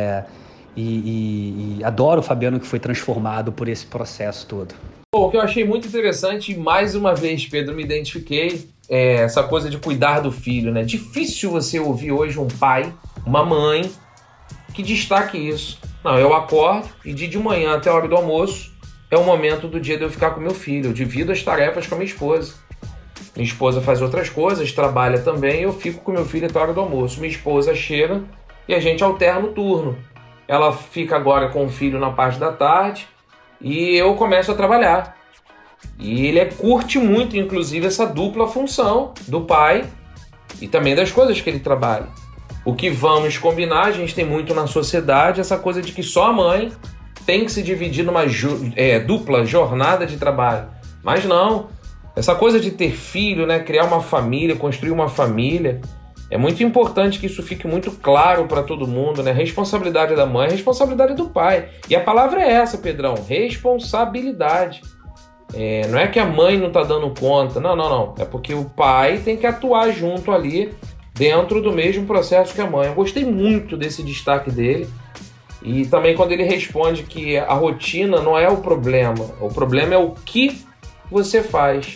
e adoro o Fabiano que foi transformado por esse processo todo. O que eu achei muito interessante, e mais uma vez, Pedro, me identifiquei, essa coisa de cuidar do filho, né? Difícil você ouvir hoje um pai, uma mãe, que destaque isso. Não, eu acordo e de manhã até a hora do almoço é o momento do dia de eu ficar com meu filho. Eu divido as tarefas com a minha esposa. Minha esposa faz outras coisas, trabalha também, eu fico com meu filho até a hora do almoço. Minha esposa chega e a gente alterna o turno. Ela fica agora com o filho na parte da tarde e eu começo a trabalhar. E ele curte muito, inclusive, essa dupla função do pai e também das coisas que ele trabalha. O que vamos combinar, a gente tem muito na sociedade, essa coisa de que só a mãe tem que se dividir numa dupla jornada de trabalho. Mas não, essa coisa de ter filho, né, criar uma família, construir uma família, é muito importante que isso fique muito claro para todo mundo, né? Responsabilidade da mãe, responsabilidade do pai. E a palavra é essa, Pedrão, responsabilidade. Não é que a mãe não está dando conta, não. É porque o pai tem que atuar junto ali, dentro do mesmo processo que a mãe. Eu gostei muito desse destaque dele. E também quando ele responde que a rotina não é o problema é o que você faz.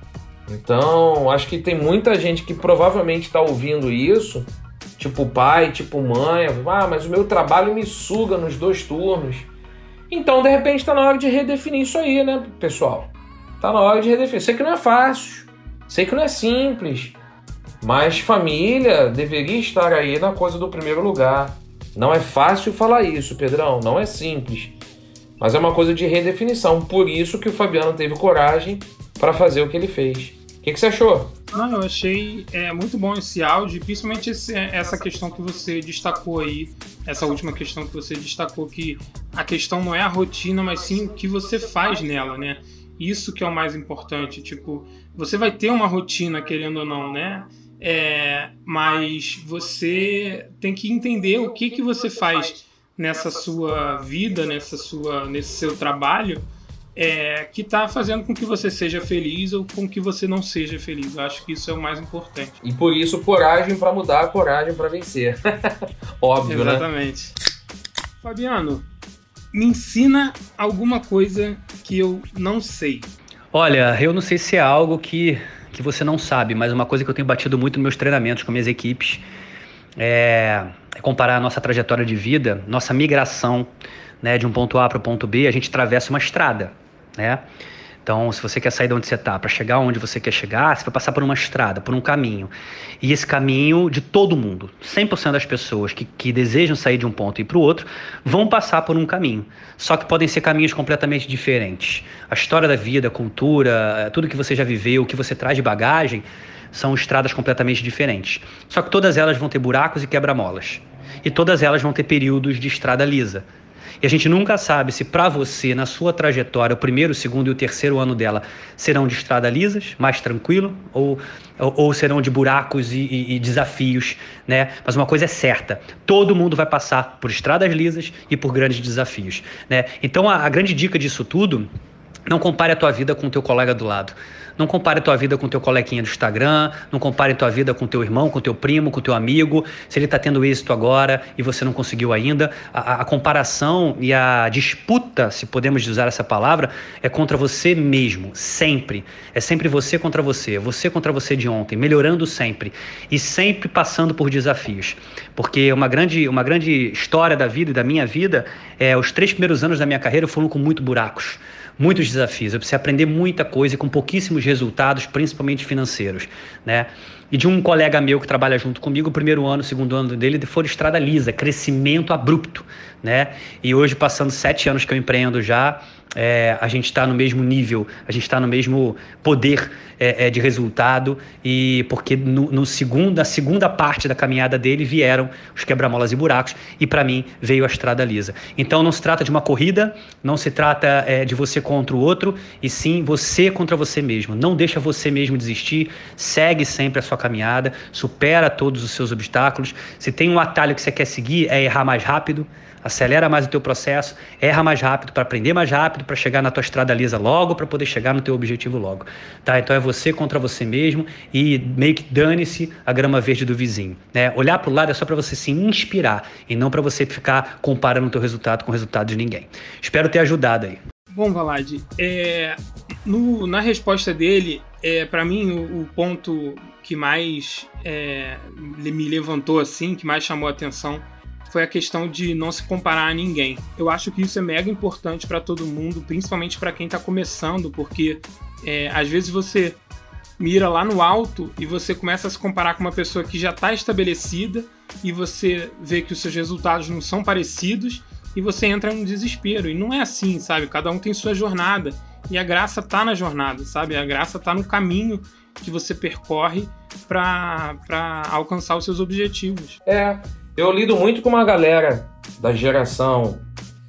Então, acho que tem muita gente que provavelmente está ouvindo isso, tipo pai, tipo mãe, mas o meu trabalho me suga nos 2 turnos. Então, de repente, está na hora de redefinir isso aí, né, pessoal? Está na hora de redefinir. Sei que não é fácil, sei que não é simples, mas família deveria estar aí na coisa do primeiro lugar. Não é fácil falar isso, Pedrão, não é simples, mas é uma coisa de redefinição. Por isso que o Fabiano teve coragem para fazer o que ele fez. O que você achou? Eu achei muito bom esse áudio, principalmente essa questão que você destacou aí, essa última questão que você destacou, que a questão não é a rotina, mas sim o que você faz nela, né? Isso que é o mais importante, tipo, você vai ter uma rotina, querendo ou não, né? Mas você tem que entender o que você faz nessa sua vida, nesse seu trabalho, que está fazendo com que você seja feliz ou com que você não seja feliz. Eu acho que isso é o mais importante. E por isso, coragem para mudar, coragem para vencer. Óbvio, exatamente. Né? Fabiano, me ensina alguma coisa que eu não sei. Olha, eu não sei se é algo que você não sabe, mas uma coisa que eu tenho batido muito nos meus treinamentos com minhas equipes é comparar a nossa trajetória de vida, nossa migração, né, de um ponto A para o ponto B. A gente atravessa uma estrada, né? Então, se você quer sair de onde você está para chegar onde você quer chegar, você vai passar por uma estrada, por um caminho. E esse caminho de todo mundo, 100% das pessoas que desejam sair de um ponto e ir para o outro, vão passar por um caminho. Só que podem ser caminhos completamente diferentes. A história da vida, a cultura, tudo que você já viveu, o que você traz de bagagem, são estradas completamente diferentes. Só que todas elas vão ter buracos e quebra-molas. E todas elas vão ter períodos de estrada lisa. E a gente nunca sabe se para você, na sua trajetória, o primeiro, o segundo e o terceiro ano dela serão de estrada lisas, mais tranquilo, ou serão de buracos e desafios, né? Mas uma coisa é certa, todo mundo vai passar por estradas lisas e por grandes desafios, né? Então a grande dica disso tudo, não compare a tua vida com o teu colega do lado. Não compare a tua vida com o teu coleguinha do Instagram, não compare a tua vida com o teu irmão, com o teu primo, com o teu amigo, se ele está tendo êxito agora e você não conseguiu ainda. A comparação e a disputa, se podemos usar essa palavra, é contra você mesmo, sempre. É sempre você contra você de ontem, melhorando sempre e sempre passando por desafios. Porque uma grande história da vida e da minha vida, os 3 primeiros anos da minha carreira foram com muitos buracos. Muitos desafios, eu precisei aprender muita coisa e com pouquíssimos resultados, principalmente financeiros, né? E de um colega meu que trabalha junto comigo, o primeiro ano, o segundo ano dele foi estrada lisa, crescimento abrupto, né? E hoje, passando 7 anos que eu empreendo já, a gente está no mesmo nível, a gente está no mesmo poder de resultado, e porque na segunda parte da caminhada dele vieram os quebra-molas e buracos, e para mim veio a estrada lisa. Então não se trata de uma corrida, não se trata de você contra o outro, e sim você contra você mesmo. Não deixa você mesmo desistir, segue sempre a sua caminhada, supera todos os seus obstáculos. Se tem um atalho que você quer seguir, é errar mais rápido, acelera mais o teu processo, erra mais rápido para aprender mais rápido, para chegar na tua estrada lisa logo, para poder chegar no teu objetivo logo, tá? Então é você contra você mesmo e meio que dane-se a grama verde do vizinho, né? Olhar para o lado é só para você se inspirar e não para você ficar comparando o teu resultado com o resultado de ninguém. Espero ter ajudado aí. Bom, Valad, na resposta dele, para mim o ponto que mais me levantou assim, que mais chamou a atenção, foi a questão de não se comparar a ninguém. Eu acho que isso é mega importante para todo mundo, principalmente para quem está começando, porque às vezes você mira lá no alto e você começa a se comparar com uma pessoa que já está estabelecida e você vê que os seus resultados não são parecidos e você entra num desespero. E não é assim, sabe? Cada um tem sua jornada e a graça tá na jornada, sabe? A graça tá no caminho que você percorre para alcançar os seus objetivos. Eu lido muito com uma galera da geração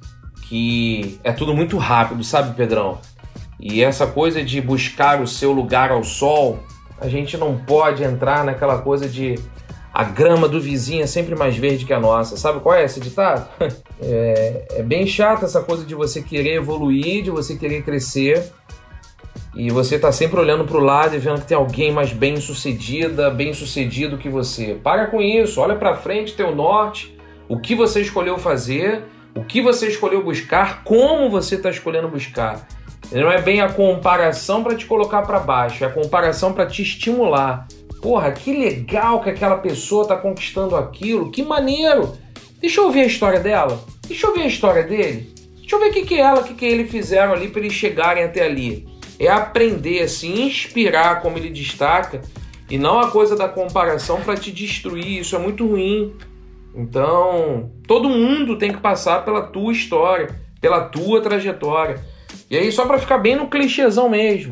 que é tudo muito rápido, sabe, Pedrão? E essa coisa de buscar o seu lugar ao sol, a gente não pode entrar naquela coisa de a grama do vizinho é sempre mais verde que a nossa. Sabe qual é esse ditado? É bem chato essa coisa de você querer evoluir, de você querer crescer, e você tá sempre olhando pro lado e vendo que tem alguém mais bem sucedido que você. Para com isso, olha pra frente, teu norte, o que você escolheu fazer, o que você escolheu buscar, como você tá escolhendo buscar. Não é bem a comparação para te colocar para baixo, é a comparação para te estimular. Porra, que legal que aquela pessoa tá conquistando aquilo, que maneiro! Deixa eu ouvir a história dela, deixa eu ver a história dele, deixa eu ver o que ele fizeram ali para eles chegarem até ali. É aprender, se inspirar, como ele destaca, e não a coisa da comparação para te destruir. Isso é muito ruim. Então, todo mundo tem que passar pela tua história, pela tua trajetória. E aí, só para ficar bem no clichêzão mesmo,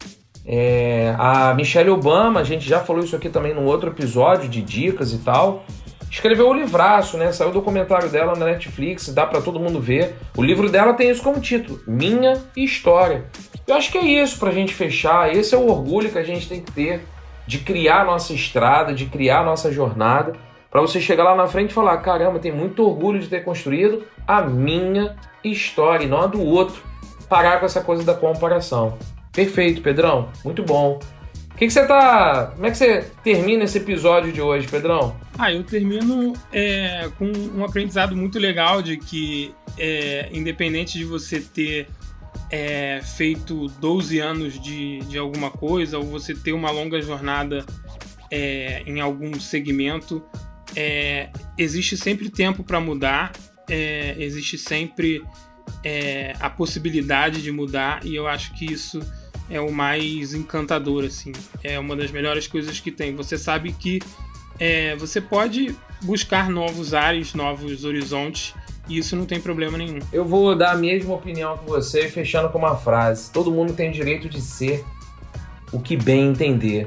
a Michelle Obama, a gente já falou isso aqui também num outro episódio de dicas e tal, escreveu o livraço, né? Saiu o documentário dela na Netflix, dá para todo mundo ver. O livro dela tem isso como título, Minha História. Eu acho que é isso pra gente fechar. Esse é o orgulho que a gente tem que ter de criar a nossa estrada, de criar a nossa jornada, para você chegar lá na frente e falar: caramba, tenho muito orgulho de ter construído a minha história e não a do outro. parar com essa coisa da comparação. Perfeito, Pedrão. Muito bom. Como é que você termina esse episódio de hoje, Pedrão? Eu termino com um aprendizado muito legal de que, independente de você ter feito 12 anos de alguma coisa, ou você ter uma longa jornada em algum segmento, existe sempre tempo para mudar, existe sempre a possibilidade de mudar, e eu acho que isso é o mais encantador, assim. É uma das melhores coisas que tem. Você sabe que você pode buscar novos ares, novos horizontes, e isso não tem problema nenhum. Eu vou dar a mesma opinião que você, fechando com uma frase. Todo mundo tem o direito de ser o que bem entender.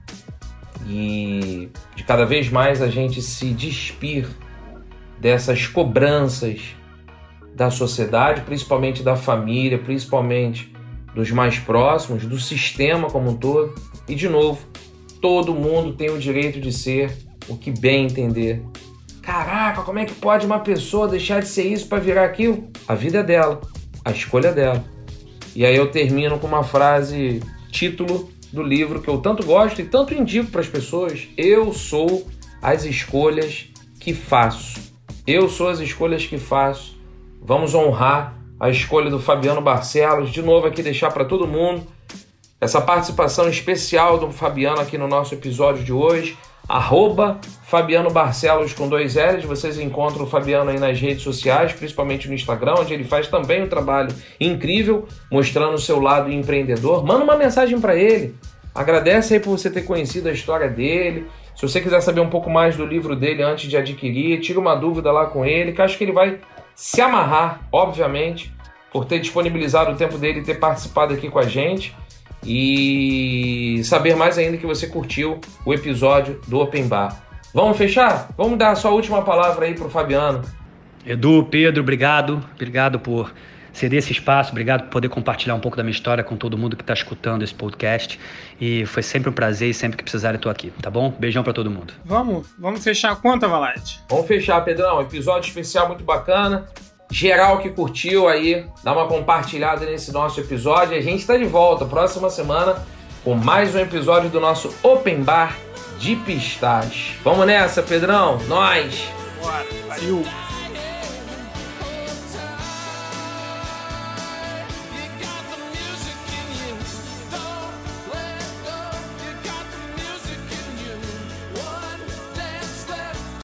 E de cada vez mais a gente se despir dessas cobranças da sociedade, principalmente da família, principalmente dos mais próximos, do sistema como um todo. E, de novo, todo mundo tem o direito de ser o que bem entender. Caraca, como é que pode uma pessoa deixar de ser isso para virar aquilo? A vida é dela, a escolha é dela. E aí eu termino com uma frase, título do livro que eu tanto gosto e tanto indico para as pessoas. Eu sou as escolhas que faço. Eu sou as escolhas que faço. Vamos honrar a escolha do Fabiano Barcelos. De novo aqui deixar para todo mundo essa participação especial do Fabiano aqui no nosso episódio de hoje. @Fabiano Barcelos com 2 L's. Vocês encontram o Fabiano aí nas redes sociais, principalmente no Instagram, onde ele faz também um trabalho incrível, mostrando o seu lado empreendedor. Manda uma mensagem para ele. Agradece aí por você ter conhecido a história dele. Se você quiser saber um pouco mais do livro dele antes de adquirir, tira uma dúvida lá com ele, que acho que ele vai se amarrar, obviamente, por ter disponibilizado o tempo dele e ter participado aqui com a gente. E saber mais ainda que você curtiu o episódio do Open Bar. Vamos fechar? Vamos dar a sua última palavra aí pro Fabiano. Edu, Pedro, obrigado. Obrigado por ceder esse espaço, obrigado por poder compartilhar um pouco da minha história com todo mundo que está escutando esse podcast. E foi sempre um prazer e sempre que precisarem eu tô aqui, tá bom? Beijão para todo mundo. Vamos fechar a conta, Valete? Vamos fechar, Pedrão. Episódio especial muito bacana. Geral que curtiu aí, dá uma compartilhada nesse nosso episódio. A gente está de volta próxima semana com mais um episódio do nosso Open Bar de Pistache. Vamos nessa, Pedrão? Nós! Bora, valeu!